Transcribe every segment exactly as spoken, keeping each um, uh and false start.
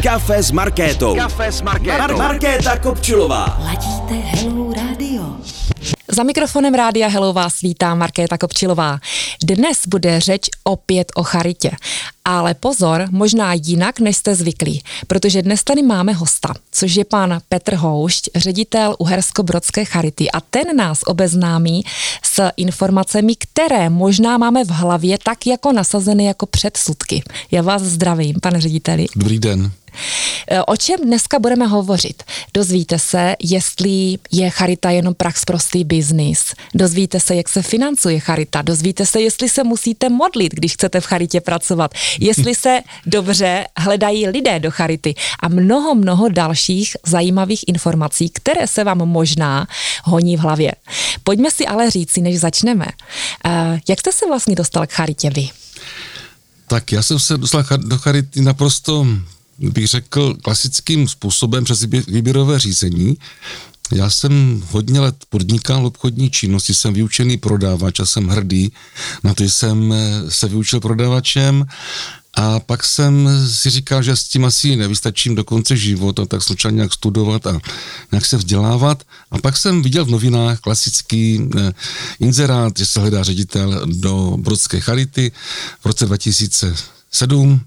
Kafe s Markétou. Kafe s Markétou. Mar- Markéta Kopčilová. Ladíte Hello Radio. Za mikrofonem Rádia Hello vás vítá Markéta Kopčilová. Dnes bude řeč opět o charitě. Ale pozor, možná jinak, než jste zvyklí, protože dnes tady máme hosta, což je pan Petr Houšť, ředitel Uherskobrodské charity, a ten nás obeznámí s informacemi, které možná máme v hlavě tak jako nasazeny jako předsudky. Já vás zdravím, pane řediteli. Dobrý den. O čem dneska budeme hovořit? Dozvíte se, jestli je charita jenom prachsprostý biznis. Dozvíte se, jak se financuje charita. Dozvíte se, jestli se musíte modlit, když chcete v charitě pracovat. Jestli se dobře hledají lidé do charity. A mnoho, mnoho dalších zajímavých informací, které se vám možná honí v hlavě. Pojďme si ale říci, než začneme. Jak jste se vlastně dostal k charitě vy? Tak já jsem se dostal do charity naprosto, bych řekl, klasickým způsobem přes výběrové řízení. Já jsem hodně let podnikal obchodní činnosti, jsem vyučený prodávač a jsem hrdý na to, že jsem se vyučil prodavačem, a pak jsem si říkal, že s tím asi nevystačím do konce života, tak jsem začal nějak studovat a nějak se vzdělávat. A pak jsem viděl v novinách klasický inzerát, že se hledá ředitel do Brodské charity v roce dva tisíce sedm.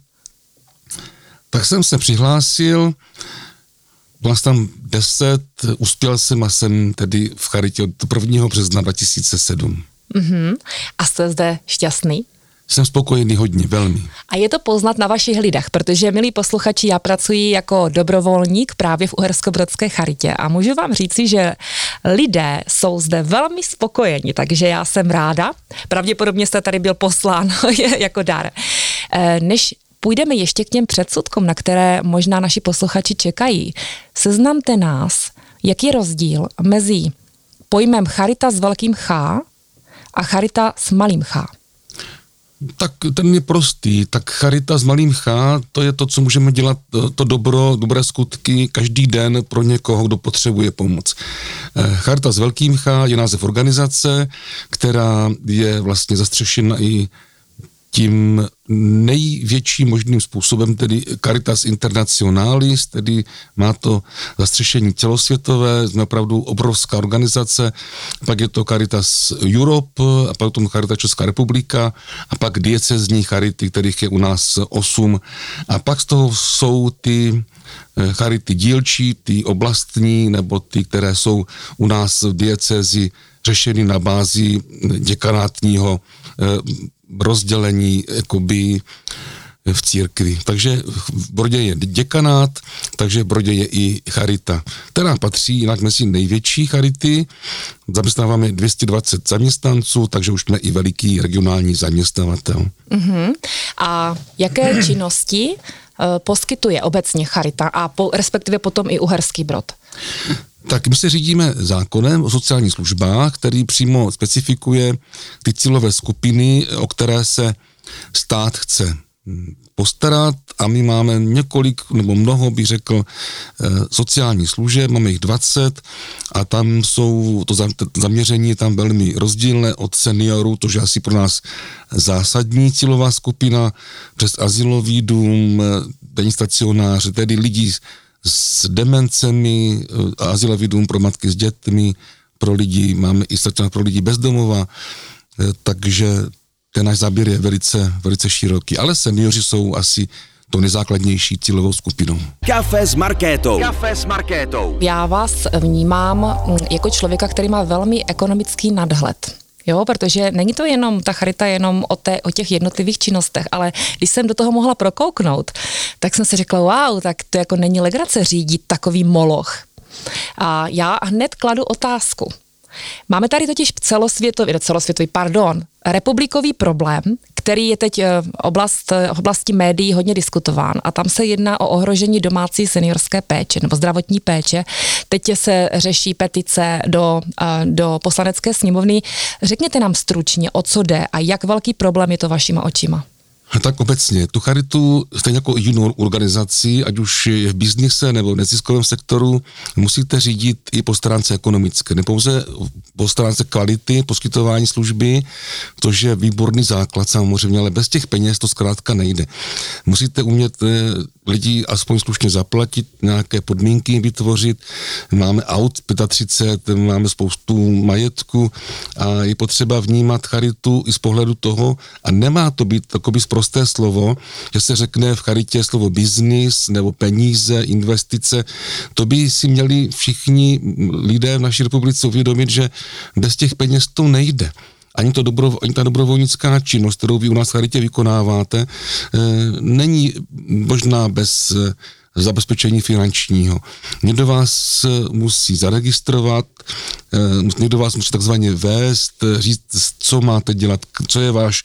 Tak jsem se přihlásil, byl tam deset, uspěl jsem a jsem tedy v charitě od prvního března dva tisíce sedm. Mm-hmm. A jste zde šťastný? Jsem spokojený hodně, velmi. A je to poznat na vašich lidech, protože, milí posluchači, já pracuji jako dobrovolník právě v Uherskobrodské charitě a můžu vám říci, že lidé jsou zde velmi spokojeni, takže já jsem ráda. Pravděpodobně jste tady byl poslán jako dar. Než půjdeme ještě k těm předsudkům, na které možná naši posluchači čekají, seznamte nás, jaký je rozdíl mezi pojmem charita s velkým Ch a charita s malým Ch. Tak ten je prostý, tak charita s malým Ch, to je to, co můžeme dělat, to dobro, dobré skutky každý den pro někoho, kdo potřebuje pomoc. Charita s velkým Ch je název organizace, která je vlastně zastřešena i tím největším možným způsobem, tedy Caritas Internationalis, tedy má to zastřešení celosvětové, jsme opravdu obrovská organizace, pak je to Caritas Europe, a pak tomu Caritas Česká republika, a pak diecezní charity, kterých je u nás osm, a pak z toho jsou ty charity dílčí, ty oblastní, nebo ty, které jsou u nás v diecezi řešeny na bázi děkanátního rozdělení jakoby v církvi. Takže v Brodě je děkanát, takže v Brodě je i charita, která patří jinak mezi největší charity. Zaměstnáváme dvě stě dvacet zaměstnanců, takže už jsme i veliký regionální zaměstnavatel. Uh-huh. A jaké činnosti uh, poskytuje obecně charita a po, respektive potom i Uherský Brod? Tak my se řídíme zákonem o sociálních službách, který přímo specifikuje ty cílové skupiny, o které se stát chce postarat, a my máme několik, nebo mnoho, bych řekl, sociálních služeb, máme jich dvacet, a tam jsou, to zaměření je tam velmi rozdílné od seniorů, to je asi pro nás zásadní cílová skupina, přes azylový dům, denní stacionář, tedy lidi s demencemi, azylový dům pro matky s dětmi, pro lidi, máme i stacionář pro lidi bezdomova, takže ten náš záběr je velice, velice široký, ale seniori jsou asi to nejzákladnější cílovou skupinou. Kafe s Markétou. Kafe s Markétou. Já vás vnímám jako člověka, který má velmi ekonomický nadhled. Jo, protože není to jenom, ta charita jenom o, té, o těch jednotlivých činnostech, ale když jsem do toho mohla prokouknout, tak jsem si řekla, wow, tak to jako není legrace řídit takový moloch. A já hned kladu otázku. Máme tady totiž celosvětový, celosvětový, pardon, republikový problém, který je teď oblast, v oblasti médií hodně diskutován, a tam se jedná o ohrožení domácí seniorské péče nebo zdravotní péče. Teď se řeší petice do, do poslanecké sněmovny. Řekněte nám stručně, o co jde a jak velký problém je to vašima očima. Tak obecně, tu charitu, stejně jako jinou organizaci, ať už je v biznise nebo v neziskovém sektoru, musíte řídit i po stránce ekonomické, ne pouze po stránce kvality poskytování služby, což je výborný základ samozřejmě, ale bez těch peněz to zkrátka nejde. Musíte umět lidi aspoň slušně zaplatit, nějaké podmínky vytvořit, máme aut třicet pět, máme spoustu majetku a je potřeba vnímat charitu i z pohledu toho, a nemá to být takový prosté slovo, že se řekne v charitě slovo biznis nebo peníze, investice. To by si měli všichni lidé v naší republice uvědomit, že bez těch peněz to nejde. Ani, to dobro, ani ta dobrovolnická činnost, kterou vy u nás v charitě vykonáváte, není možná bez zabezpečení finančního. Někdo vás musí zaregistrovat, někdo vás musí takzvaně vést, říct, co máte dělat, co je váš,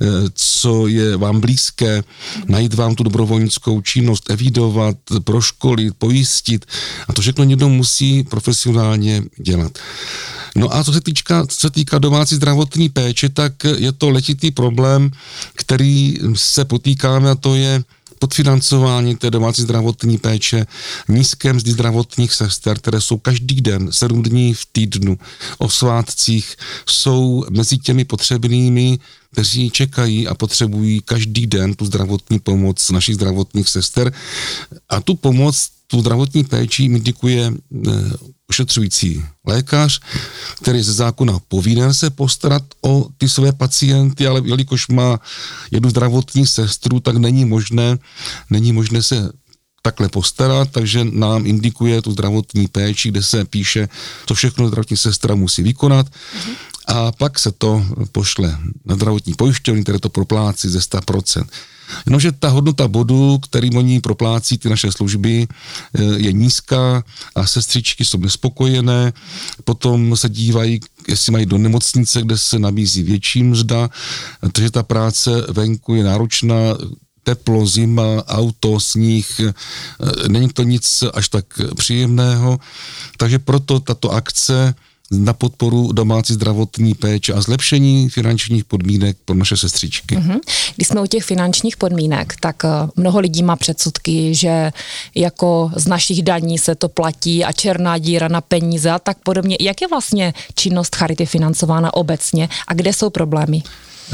co je vám blízké, najít vám tu dobrovolnickou činnost, evidovat, proškolit, pojistit, a to všechno někdo musí profesionálně dělat. No a co se týká, co se týká domácí zdravotní péče, tak je to letitý problém, který se potýkáme, a to je podfinancování té domácí zdravotní péče, nízké mzdy zdravotních sester, které jsou každý den, sedm dní v týdnu, o svátcích, jsou mezi těmi potřebnými, kteří čekají a potřebují každý den tu zdravotní pomoc našich zdravotních sester. A tu pomoc, tu zdravotní péči indikuje ošetřující lékař, který je ze zákona povinen se postarat o ty své pacienty, ale jelikož má jednu zdravotní sestru, tak není možné, není možné se takhle postarat, takže nám indikuje tu zdravotní péči, kde se píše, co všechno zdravotní sestra musí vykonat. Mm-hmm. A pak se to pošle na zdravotní pojišťovny, které to proplácí ze sto procent. Jenomže ta hodnota bodu, kterým oni proplácí ty naše služby, je nízká a sestřičky jsou nespokojené, potom se dívají, jestli mají do nemocnice, kde se nabízí větší mzda, takže ta práce venku je náročná, teplo, zima, auto, sníh, není to nic až tak příjemného, takže proto tato akce na podporu domácí zdravotní péče a zlepšení finančních podmínek pro naše sestřičky. Mm-hmm. Když jsme u těch finančních podmínek, tak mnoho lidí má předsudky, že jako z našich daní se to platí a černá díra na peníze a tak podobně. Jak je vlastně činnost charity financována obecně a kde jsou problémy?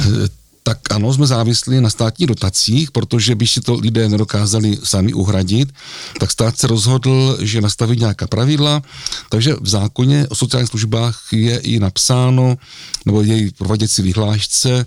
Tak ano, jsme závislí na státních dotacích, protože by si to lidé nedokázali sami uhradit, tak stát se rozhodl, že nastaví nějaká pravidla, takže v zákoně o sociálních službách je i napsáno, nebo její prováděcí vyhlášce,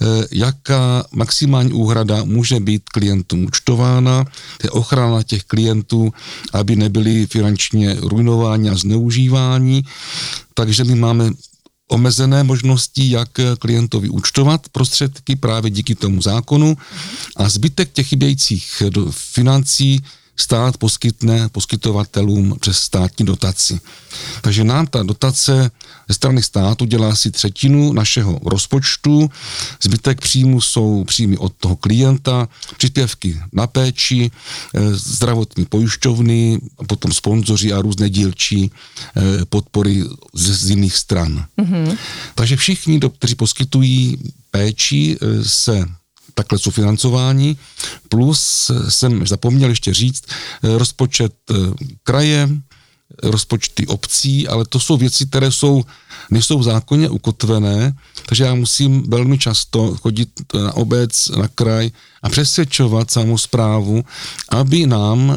jaká maximální úhrada může být klientům účtována, to je ochrana těch klientů, aby nebyli finančně ruinováni a zneužíváni, takže my máme omezené možnosti, jak klientovi účtovat prostředky právě díky tomu zákonu a zbytek těch chybějících financí stát poskytne poskytovatelům přes státní dotaci. Takže nám ta dotace ze strany státu dělá asi třetinu našeho rozpočtu, zbytek příjmu jsou příjmy od toho klienta, příspěvky na péči, zdravotní pojišťovny, potom sponzoři a různé dílčí podpory z, z jiných stran. Mm-hmm. Takže všichni, kteří poskytují péči, se takhle jsou financování, plus jsem zapomněl ještě říct, rozpočet kraje, rozpočty obcí, ale to jsou věci, které jsou, nejsou v zákoně ukotvené, takže já musím velmi často chodit na obec, na kraj a přesvědčovat samosprávu, aby nám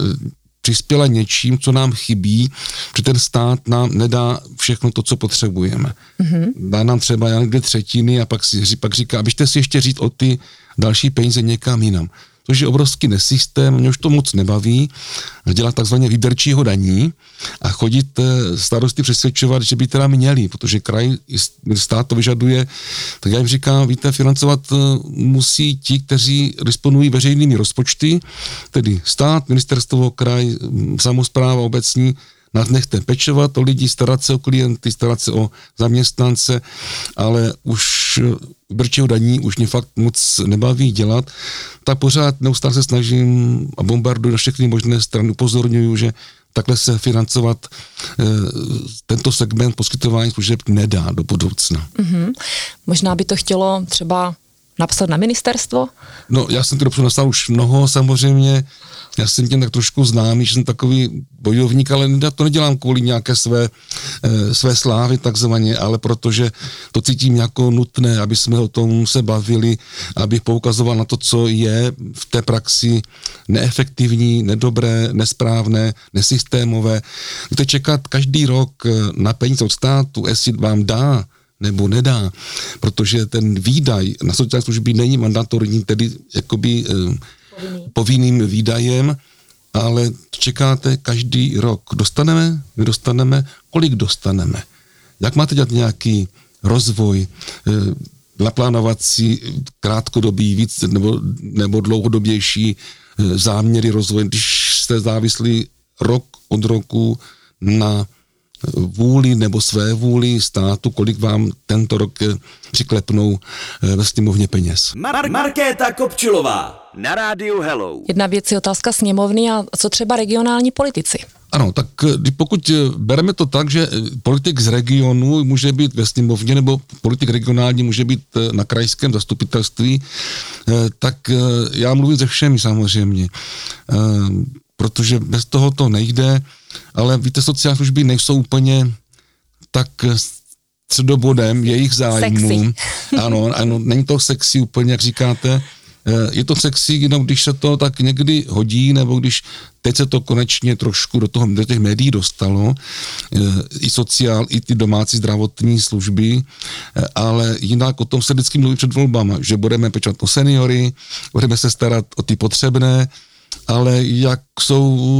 přispěla něčím, co nám chybí, protože ten stát nám nedá všechno to, co potřebujeme. Mm-hmm. Dá nám třeba jen dvě třetiny a pak, si, pak říká, abyste si ještě říct o ty další peníze někam jinam. Což je obrovský nesystém, mě už to moc nebaví, dělat takzvaně výběrčího daní a chodit starosty přesvědčovat, že by teda měli, protože kraj, stát to vyžaduje, tak já jim říkám, víte, financovat musí ti, kteří disponují veřejnými rozpočty, tedy stát, ministerstvo, kraj, samospráva obecní, nás nechte pečovat o lidi, starat se o klienty, starat se o zaměstnance, ale už výběrčího daní už mě fakt moc nebaví dělat, tak pořád neustále se snažím a bombarduji na všechny možné strany, upozorňuju, že takhle se financovat e, tento segment poskytování služeb nedá do budoucna. Mm-hmm. Možná by to chtělo třeba napsat na ministerstvo? No, já jsem ty dopředu napsal už mnoho, samozřejmě. Já jsem tím tak trošku známý, že jsem takový bojovník, ale já to nedělám kvůli nějaké své, e, své slávy takzvaně, ale protože to cítím jako nutné, aby jsme o tom se bavili, abych poukazoval na to, co je v té praxi neefektivní, nedobré, nesprávné, nesystémové. Můžete čekat každý rok na peníze od státu, jestli vám dá nebo nedá, protože ten výdaj na sociální služby není mandatorní, tedy jakoby e, Povinný. povinným výdajem, ale čekáte každý rok. Dostaneme, my dostaneme, kolik dostaneme. Jak máte dělat nějaký rozvoj, eh, naplánovací krátkodobý víc nebo, nebo dlouhodobější eh, záměry rozvoje, když jste závislí rok od roku na vůli nebo své vůli státu, kolik vám tento rok přiklepnou ve sněmovně peněz. Mar- Markéta Kopčilová na rádiu Hello. Jedna věc je otázka sněmovny a co třeba regionální politici? Ano, tak pokud bereme to tak, že politik z regionu může být ve sněmovně nebo politik regionální může být na krajském zastupitelství, tak já mluvím se všemi samozřejmě, protože bez toho to nejde. Ale víte, sociální služby nejsou úplně tak středobodem jejich zájmů. Ano, ano, není to sexy úplně, jak říkáte. Je to sexy, jenom když se to tak někdy hodí, nebo když teď se to konečně trošku do, toho, do těch médií dostalo, i sociál, i ty domácí zdravotní služby, ale jinak o tom se vždycky mluví před volbama, že budeme pečovat o seniory, budeme se starat o ty potřebné, ale jak jsou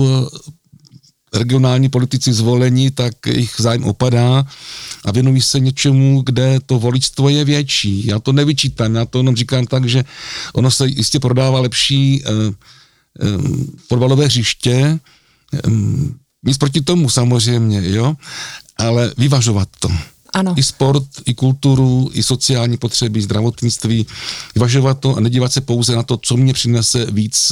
regionální politici zvolení, tak jejich zájem opadá a věnují se něčemu, kde to voličstvo je větší. Já to nevyčítám, já to jenom říkám tak, že ono se jistě prodává lepší eh, eh, fotbalové hřiště, eh, nic proti tomu samozřejmě, jo, ale vyvažovat to. Ano. I sport, i kulturu, i sociální potřeby, zdravotnictví, vyvažovat to a nedívat se pouze na to, co mě přinese víc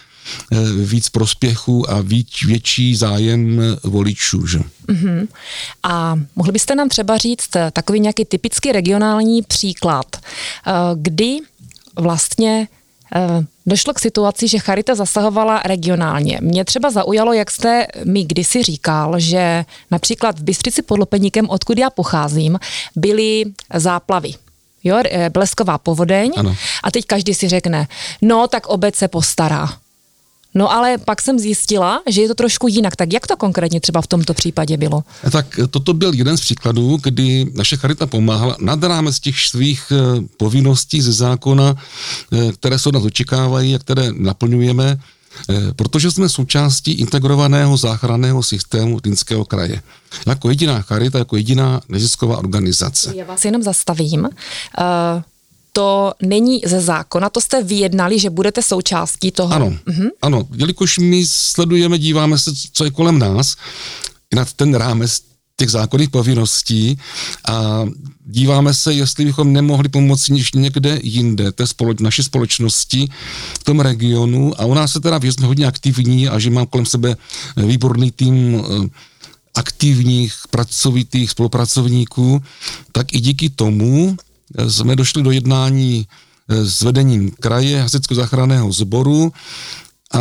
víc prospěchu a víc, větší zájem voličů. Že? Uh-huh. A mohli byste nám třeba říct takový nějaký typický regionální příklad, kdy vlastně došlo k situaci, že charita zasahovala regionálně. Mě třeba zaujalo, jak jste mi kdysi říkal, že například v Bystřici pod Lopeníkem, odkud já pocházím, byly záplavy. Jo, blesková povodeň. Ano. A teď každý si řekne, no tak obec se postará. No ale pak jsem zjistila, že je to trošku jinak. Tak jak to konkrétně třeba v tomto případě bylo? Tak toto byl jeden z příkladů, kdy naše charita pomáhala nad rámec těch svých povinností ze zákona, které se od nás očekávají a které naplňujeme, protože jsme součástí integrovaného záchranného systému Zlínského kraje. Jako jediná charita, jako jediná nezisková organizace. Já vás jenom zastavím. Uh... To není ze zákona, to jste vyjednali, že budete součástí toho. Ano, mhm. ano, jelikož my sledujeme, díváme se, co je kolem nás, nad ten rámec těch zákonných povinností a díváme se, jestli bychom nemohli pomoci než někde jinde, té společ, naší společnosti, v tom regionu a u nás se teda věřme hodně aktivní a že mám kolem sebe výborný tým aktivních, pracovitých spolupracovníků, tak i díky tomu jsme došli do jednání s vedením kraje hasičského záchranného sboru a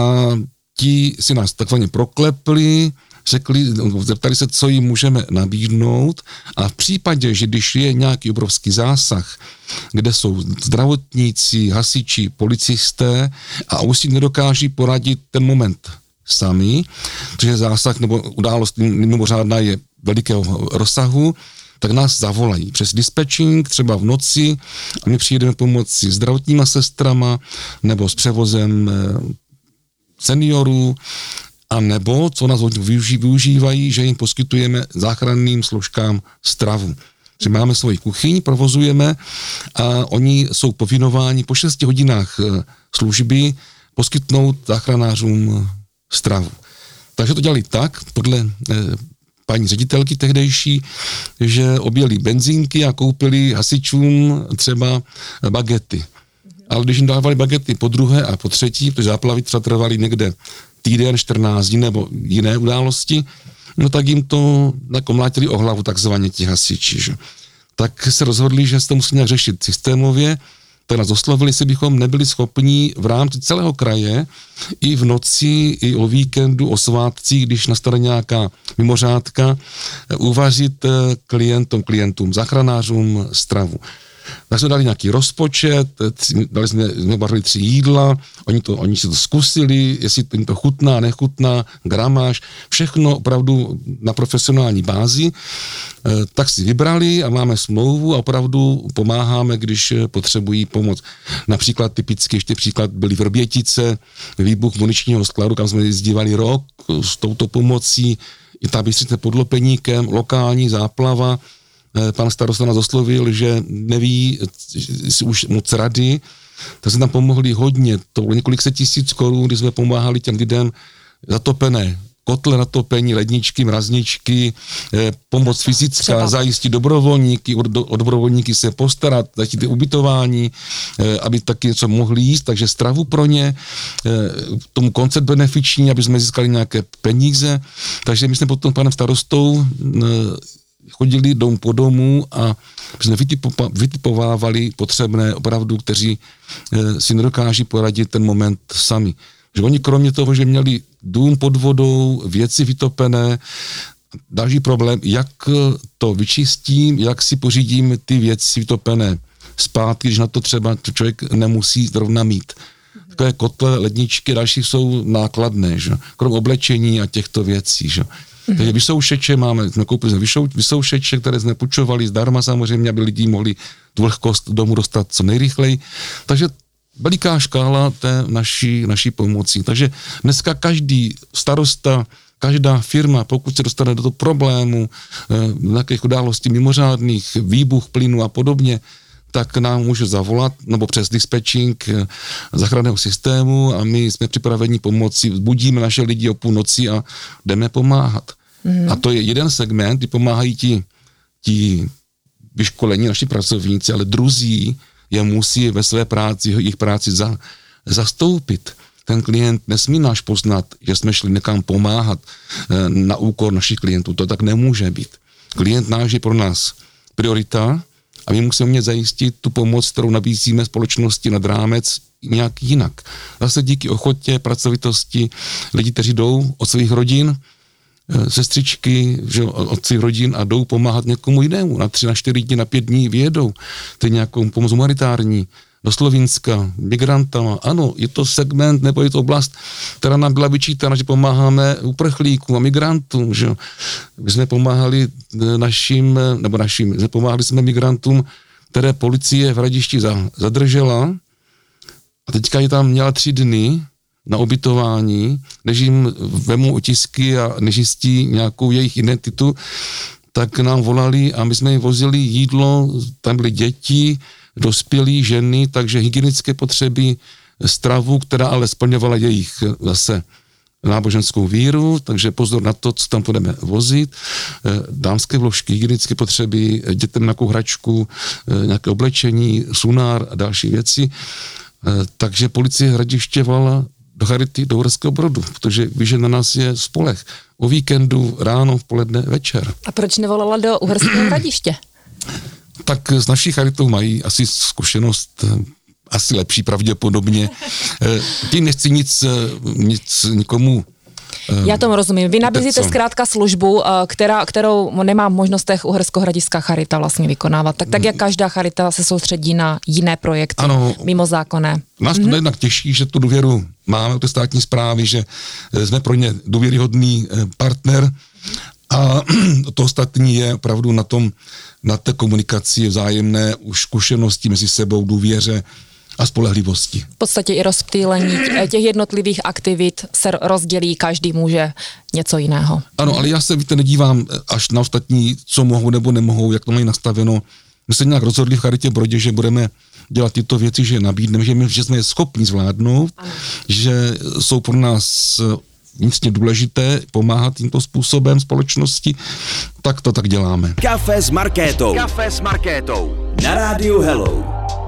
ti si nás takzvaně proklepli, řekli, zeptali se, co jim můžeme nabídnout a v případě, že když je nějaký obrovský zásah, kde jsou zdravotníci, hasiči, policisté a už si nedokáží poradit ten moment sami, protože zásah nebo událost mimořádná je velikého rozsahu, tak nás zavolají přes dispečing, třeba v noci a my přijedeme pomoci zdravotníma sestrama nebo s převozem seniorů a nebo, co nás využívají, že jim poskytujeme záchranným složkám stravu. Že máme svoji kuchyň, provozujeme a oni jsou povinováni po šesti hodinách služby poskytnout záchranářům stravu. Takže to dělali tak, podle paní ředitelky tehdejší, že objeli benzínky a koupili hasičům třeba bagety. Ale když jim dávali bagety po druhé a po třetí, protože záplavy třeba trvaly někde týden, čtrnáct dní nebo jiné události, no tak jim to jako mlátili o hlavu takzvaně ti hasiči. Že? Tak se rozhodli, že se to musí nějak řešit systémově, tak nás oslovili, jestli bychom nebyli schopni v rámci celého kraje i v noci, i o víkendu, o svátcích, když nastane nějaká mimořádka, uvařit klientům, klientům, záchranářům stravu. Tak jsme dali nějaký rozpočet, dali jsme, jsme vařili tři jídla, oni, to, oni si to zkusili, jestli jim to chutná, nechutná, gramáž, všechno opravdu na profesionální bázi, tak si vybrali a máme smlouvu a opravdu pomáháme, když potřebují pomoc. Například typicky, ještě příklad byly Vrbětice, výbuch muničního skladu, kam jsme jezdívali rok s touto pomocí, i ta Bystřice pod Lopeníkem, lokální záplava. Pan starosta nás oslovil, že neví si už moc rady, tak jsme tam pomohli hodně, to bylo několik set tisíc korun, kdy jsme pomáhali těm lidem zatopené kotle na topení, ledničky, mrazničky, pomoc fyzická, třeba zajistit dobrovolníky, o dobrovolníky se postarat, zajistit ubytování, aby taky něco mohli jíst, takže stravu pro ně, tomu koncert benefiční, aby jsme získali nějaké peníze, takže my jsme potom panem starostou chodili dom po domu a jsme vytipovávali potřebné opravdu, kteří si nedokáží poradit ten moment sami. Že oni kromě toho, že měli dům pod vodou, věci vytopené, další problém, jak to vyčistím, jak si pořídím ty věci vytopené zpátky, když na to třeba člověk nemusí zrovna mít. Takové kotle, ledničky, další jsou nákladné, že? Krom oblečení a těchto věcí. Že? Mm-hmm. Takže vysoušeče máme, jsme koupili vysoušeče, které jsme půjčovali zdarma samozřejmě, aby lidi mohli tu vlhkost domů dostat co nejrychleji. Takže veliká škála té naší, naší pomoci. Takže dneska každý starosta, každá firma, pokud se dostane do toho problému, nějakých událostí mimořádných, výbuch plynu a podobně, tak nám může zavolat, nebo přes dispatching záchranného systému a my jsme připraveni pomoci, budíme naše lidi o půlnoci a jdeme pomáhat. Mm. A to je jeden segment, kdy pomáhají ti, ti vyškolení naši pracovníci, ale druzí je musí ve své práci, jejich práci za, zastoupit. Ten klient nesmí náš poznat, že jsme šli někam pomáhat na úkor našich klientů. To tak nemůže být. Klient náš je pro nás priorita a my musíme mě zajistit tu pomoc, kterou nabízíme společnosti nad rámec nějak jinak. Zase díky ochotě, pracovitosti lidí, kteří jdou od svých rodin, sestřičky, že, od svých rodin a jdou pomáhat někomu jinému. Na tři, na čtyři dny, na pět dní vyjedou. To je nějakou pomoc humanitární, do Slovinska, migrantama. Ano, je to segment, nebo je to oblast, která nám byla vyčítána, že pomáháme uprchlíkům a migrantům. Že? My jsme pomáhali našim, nebo našim, pomáhali jsme migrantům, které policie v Hradišti zadržela a teďka je tam měla tři dny na ubytování, než jim vemou otisky a než jistí nějakou jejich identitu, tak nám volali a my jsme jim vozili jídlo, tam byly děti, dospělí ženy, takže hygienické potřeby, stravu, která ale splňovala jejich zase náboženskou víru, takže pozor na to, co tam budeme vozit, dámské vložky, hygienické potřeby, dětem nějakou hračku, nějaké oblečení, sunár a další věci. Takže policie Hradiště volala do Charity, do Uherského Brodu, protože ví, že na nás je spoleh. O víkendu, ráno, v poledne, večer. A proč nevolala do Uherského Hradiště? Tak s naší Charitou mají asi zkušenost asi lepší pravděpodobně. Tím nechci nic, nic nikomu. Já tomu rozumím. Vy nabízíte zkrátka službu, která, kterou nemá v možnostech Uherskohradišská Charita vlastně vykonávat. Tak, tak jak každá Charita se soustředí na jiné projekty, ano, mimo zákonné. Nás to mm-hmm. jednak těší, že tu důvěru máme u té státní správy, že jsme pro ně důvěryhodný partner a to ostatní je opravdu na tom, na té komunikaci vzájemné už zkušenosti mezi sebou, důvěře a spolehlivosti. V podstatě i rozptýlení těch jednotlivých aktivit se rozdělí, každý může něco jiného. Ano, ale já se, víte, nedívám až na ostatní, co mohou nebo nemohou, jak to mají nastaveno. My se nějak rozhodli v Charitě Brodě, že budeme dělat tyto věci, že nabídneme, že, my, že jsme je schopni zvládnout, ano. Že jsou pro nás vnitřně důležité pomáhat tímto způsobem společnosti, tak to tak děláme. Kafe s Markétou. Kafe s Markétou. Na rádiu Hello.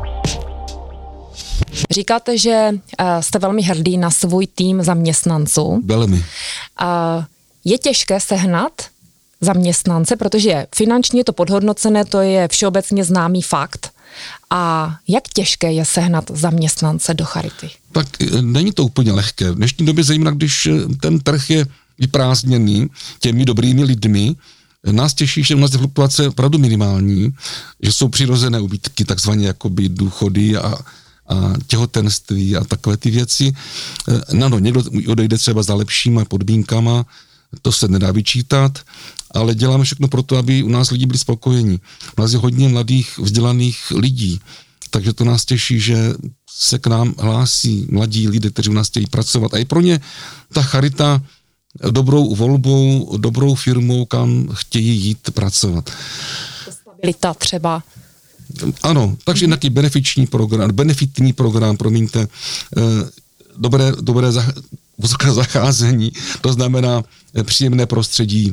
Říkáte, že jste velmi hrdý na svůj tým zaměstnanců. Velmi. Je těžké sehnat zaměstnance, protože finančně je to podhodnocené, to je všeobecně známý fakt. A jak těžké je sehnat zaměstnance do charity? Tak není to úplně lehké. V dnešní době zejména, když ten trh je vyprázdněný těmi dobrými lidmi, nás těší, že u nás je fluktuace opravdu minimální, že jsou přirozené úbytky, takzvaně jakoby důchody a, a těhotenství a takové ty věci. No, no, někdo odejde třeba za lepšíma podmínkama, to se nedá vyčítat, ale děláme všechno pro to, aby u nás lidi byli spokojení. U nás je hodně mladých, vzdělaných lidí, takže to nás těší, že se k nám hlásí mladí lidé, kteří u nás chtějí pracovat. A i pro ně ta charita dobrou volbou, dobrou firmou, kam chtějí jít pracovat. Stabilita třeba. Ano, takže nějaký benefiční program, benefitní program, promiňte, dobré, dobré zacházení, to znamená příjemné prostředí,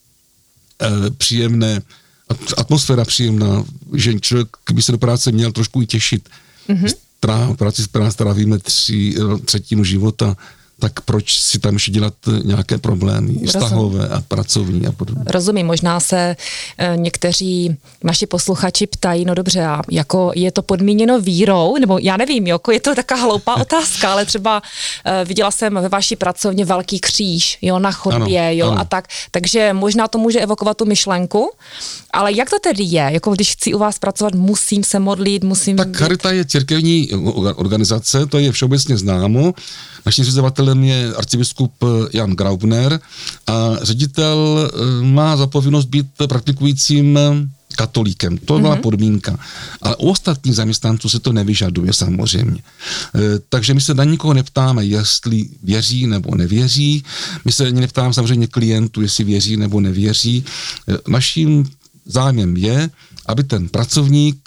příjemné, atmosféra příjemná, že člověk by se do práce měl trošku i těšit. Mm-hmm. Strá, práci strávíme tři, třetinu života, tak proč si tam ještě dělat nějaké problémy, vztahové a pracovní a podobně. Rozumím, možná se e, někteří naši posluchači ptají, no dobře, a jako je to podmíněno vírou, nebo já nevím, jako je to taková hloupá otázka, ale třeba e, viděla jsem ve vaší pracovně velký kříž, jo, na chodbě, ano, jo, ano. A tak, takže možná to může evokovat tu myšlenku, ale jak to tedy je, jako když chci u vás pracovat, musím se modlit, musím... Tak charita je církevní organizace, to je všeobecně známo. Naším zřizovatelem je arcibiskup Jan Graubner a ředitel má za povinnost být praktikujícím katolíkem. To byla mm-hmm. podmínka. Ale u ostatních zaměstnanců se to nevyžaduje samozřejmě. Takže my se na nikoho neptáme, jestli věří nebo nevěří. My se ani neptáme samozřejmě klientů, jestli věří nebo nevěří. Naším zájmem je, aby ten pracovník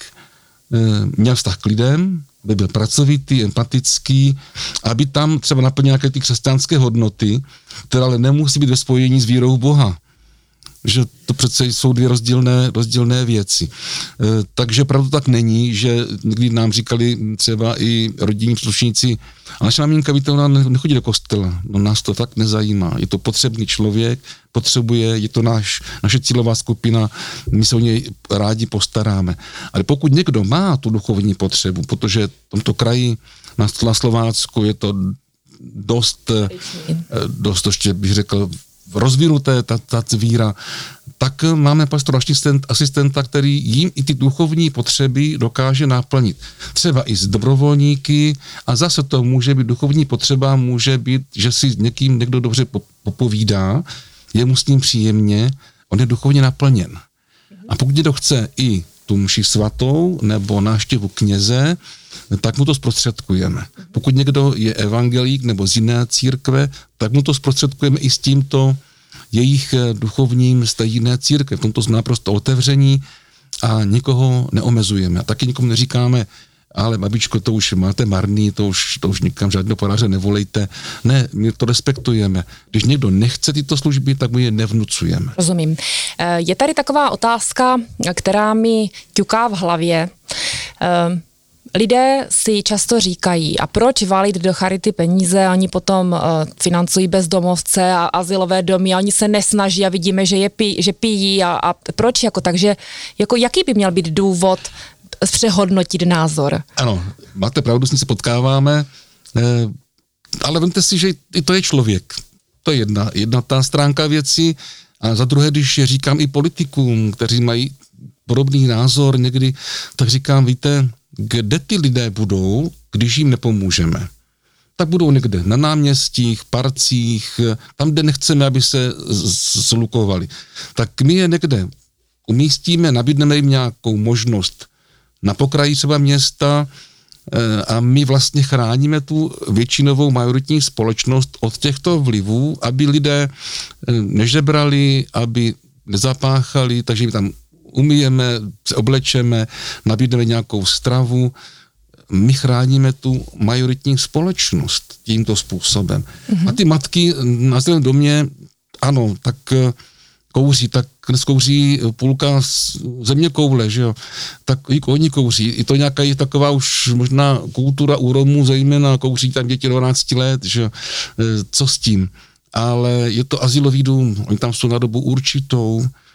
měl vztah k lidem, aby byl pracovitý, empatický, aby tam třeba naplnil nějaké ty křesťanské hodnoty, které ale nemusí být ve spojení s vírou Boha. Že to přece jsou dvě rozdílné, rozdílné věci. E, takže pravdu tak není, že někdy nám říkali třeba i rodinní příslušníci, a naše maminka, víte, ona nechodí do kostela, no nás to tak nezajímá. Je to potřebný člověk, potřebuje, je to náš, naše cílová skupina, my se o něj rádi postaráme. Ale pokud někdo má tu duchovní potřebu, protože v tomto kraji na, na Slovácku je to dost, dost ještě bych řekl, rozvinuté ta, ta víra, tak máme pastora asistent, asistenta, který jim i ty duchovní potřeby dokáže naplnit. Třeba i s dobrovolníky a zase to může být duchovní potřeba, může být, že si s někým někdo dobře popovídá, je mu s ním příjemně, on je duchovně naplněn. A pokud někdo chce i tu mši svatou nebo návštěvu kněze, tak mu to zprostředkujeme. Pokud někdo je evangelík nebo z jiné církve, tak mu to zprostředkujeme i s tímto jejich duchovním z té jiné církve. V tomto jsme naprosto otevření a nikoho neomezujeme. A taky nikomu neříkáme, ale babičko, to už máte marný, to už, to už nikam žádného faráře nevolejte. Ne, my to respektujeme. Když někdo nechce tyto služby, tak my je nevnucujeme. Rozumím. Je tady taková otázka, která mi ťuká v hlavě. Lidé si často říkají, a proč valit do charity peníze, oni potom uh, financují bezdomovce a azylové domy a oni se nesnaží a vidíme, že, je pí, že pijí a, a proč jako takže, jako jaký by měl být důvod přehodnotit názor? Ano, máte pravdu, s ní se potkáváme, eh, ale vemte si, že i to je člověk. To je jedna, jedna ta stránka věci a za druhé, když říkám i politikům, kteří mají podobný názor někdy, tak říkám, víte, kde ty lidé budou, když jim nepomůžeme? Tak budou někde na náměstích, parcích, tam, kde nechceme, aby se zlukovali. Tak my je někde umístíme, nabídneme jim nějakou možnost na pokraji třeba města a my vlastně chráníme tu většinovou majoritní společnost od těchto vlivů, aby lidé nežebrali, aby nezapáchali, takže my tam umyjeme, se oblečeme, nabídneme nějakou stravu. My chráníme tu majoritní společnost tímto způsobem. Mm-hmm. A ty matky na Zeleném domě, ano, tak kouří, tak neskouří půlka země koule, že jo, tak i oni kouří. I to nějaká je taková už možná kultura u Romů, zejména kouří tam děti dvanáct let, že jo, co s tím. Ale je to azylový dům, oni tam jsou na dobu určitou,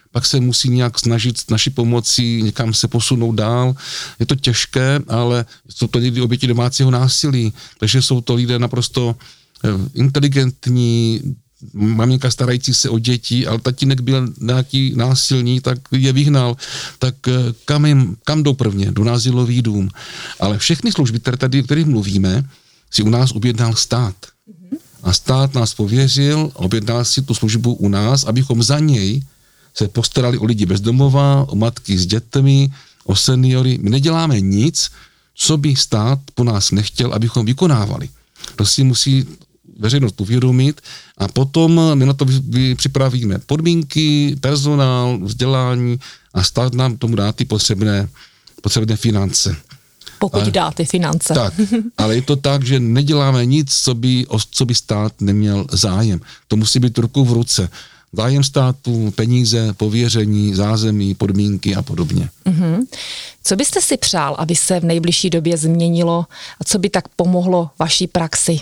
pak se musí nějak snažit s naší pomocí někam se posunout dál. Je to těžké, ale jsou to někdy oběti domácího násilí, takže jsou to lidé naprosto inteligentní, maminka starající se o děti, ale tatínek byl nějaký násilník, tak je vyhnal, tak kam, jim, kam jdou prvně? Do názilový dům. Ale všechny služby, které tady, o kterých mluvíme, si u nás objednal stát. A stát nás pověřil, objednal si tu službu u nás, abychom za něj se postarali o lidi bez domova, o matky s dětmi, o seniory. My neděláme nic, co by stát po nás nechtěl, abychom vykonávali. To si musí veřejnost uvědomit a potom my na to připravíme podmínky, personál, vzdělání a stát nám tomu dá ty potřebné, potřebné finance. Pokud ale, dá ty finance. Tak, ale je to tak, že neděláme nic, co by, o co by stát neměl zájem. To musí být ruku v ruce. Zájem státu, peníze, pověření, zázemí, podmínky a podobně. Mm-hmm. Co byste si přál, aby se v nejbližší době změnilo a co by tak pomohlo vaší praxi?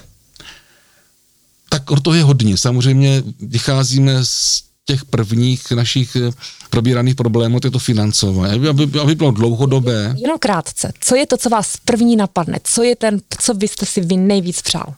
Tak o to je hodně. Samozřejmě vycházíme z těch prvních našich probíraných problémů, to je to financování, aby, aby bylo dlouhodobé. Jenom krátce, co je to, co vás první napadne? Co je ten, co byste si vy nejvíc přál?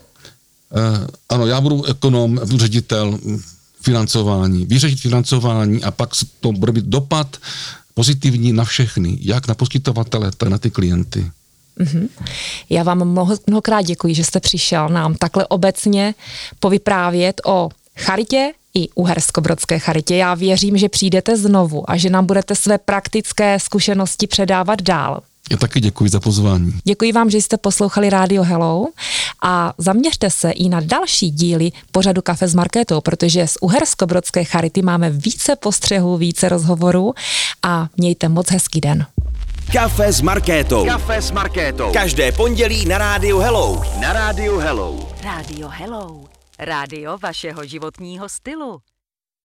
Uh, ano, já budu ekonom, budu ředitel financování, vyřešit financování a pak to bude být dopad pozitivní na všechny, jak na poskytovatele, tak na ty klienty. Mm-hmm. Já vám mnoho, mnohokrát děkuji, že jste přišel nám takhle obecně povyprávět o charitě i Uherskobrodské charitě. Já věřím, že přijdete znovu a že nám budete své praktické zkušenosti předávat dál. Já taky děkuji za pozvání. Děkuji vám, že jste poslouchali Rádio Hello a zaměřte se i na další díly pořadu Kafe s Markétou, protože z Uherskobrodské charity máme více postřehů, více rozhovorů a mějte moc hezký den. Kafe s Markétou. Kafe s Markétou. Každé pondělí na Rádiu Hello. Na Rádiu Hello. Rádio Hello. Rádio vašeho životního stylu.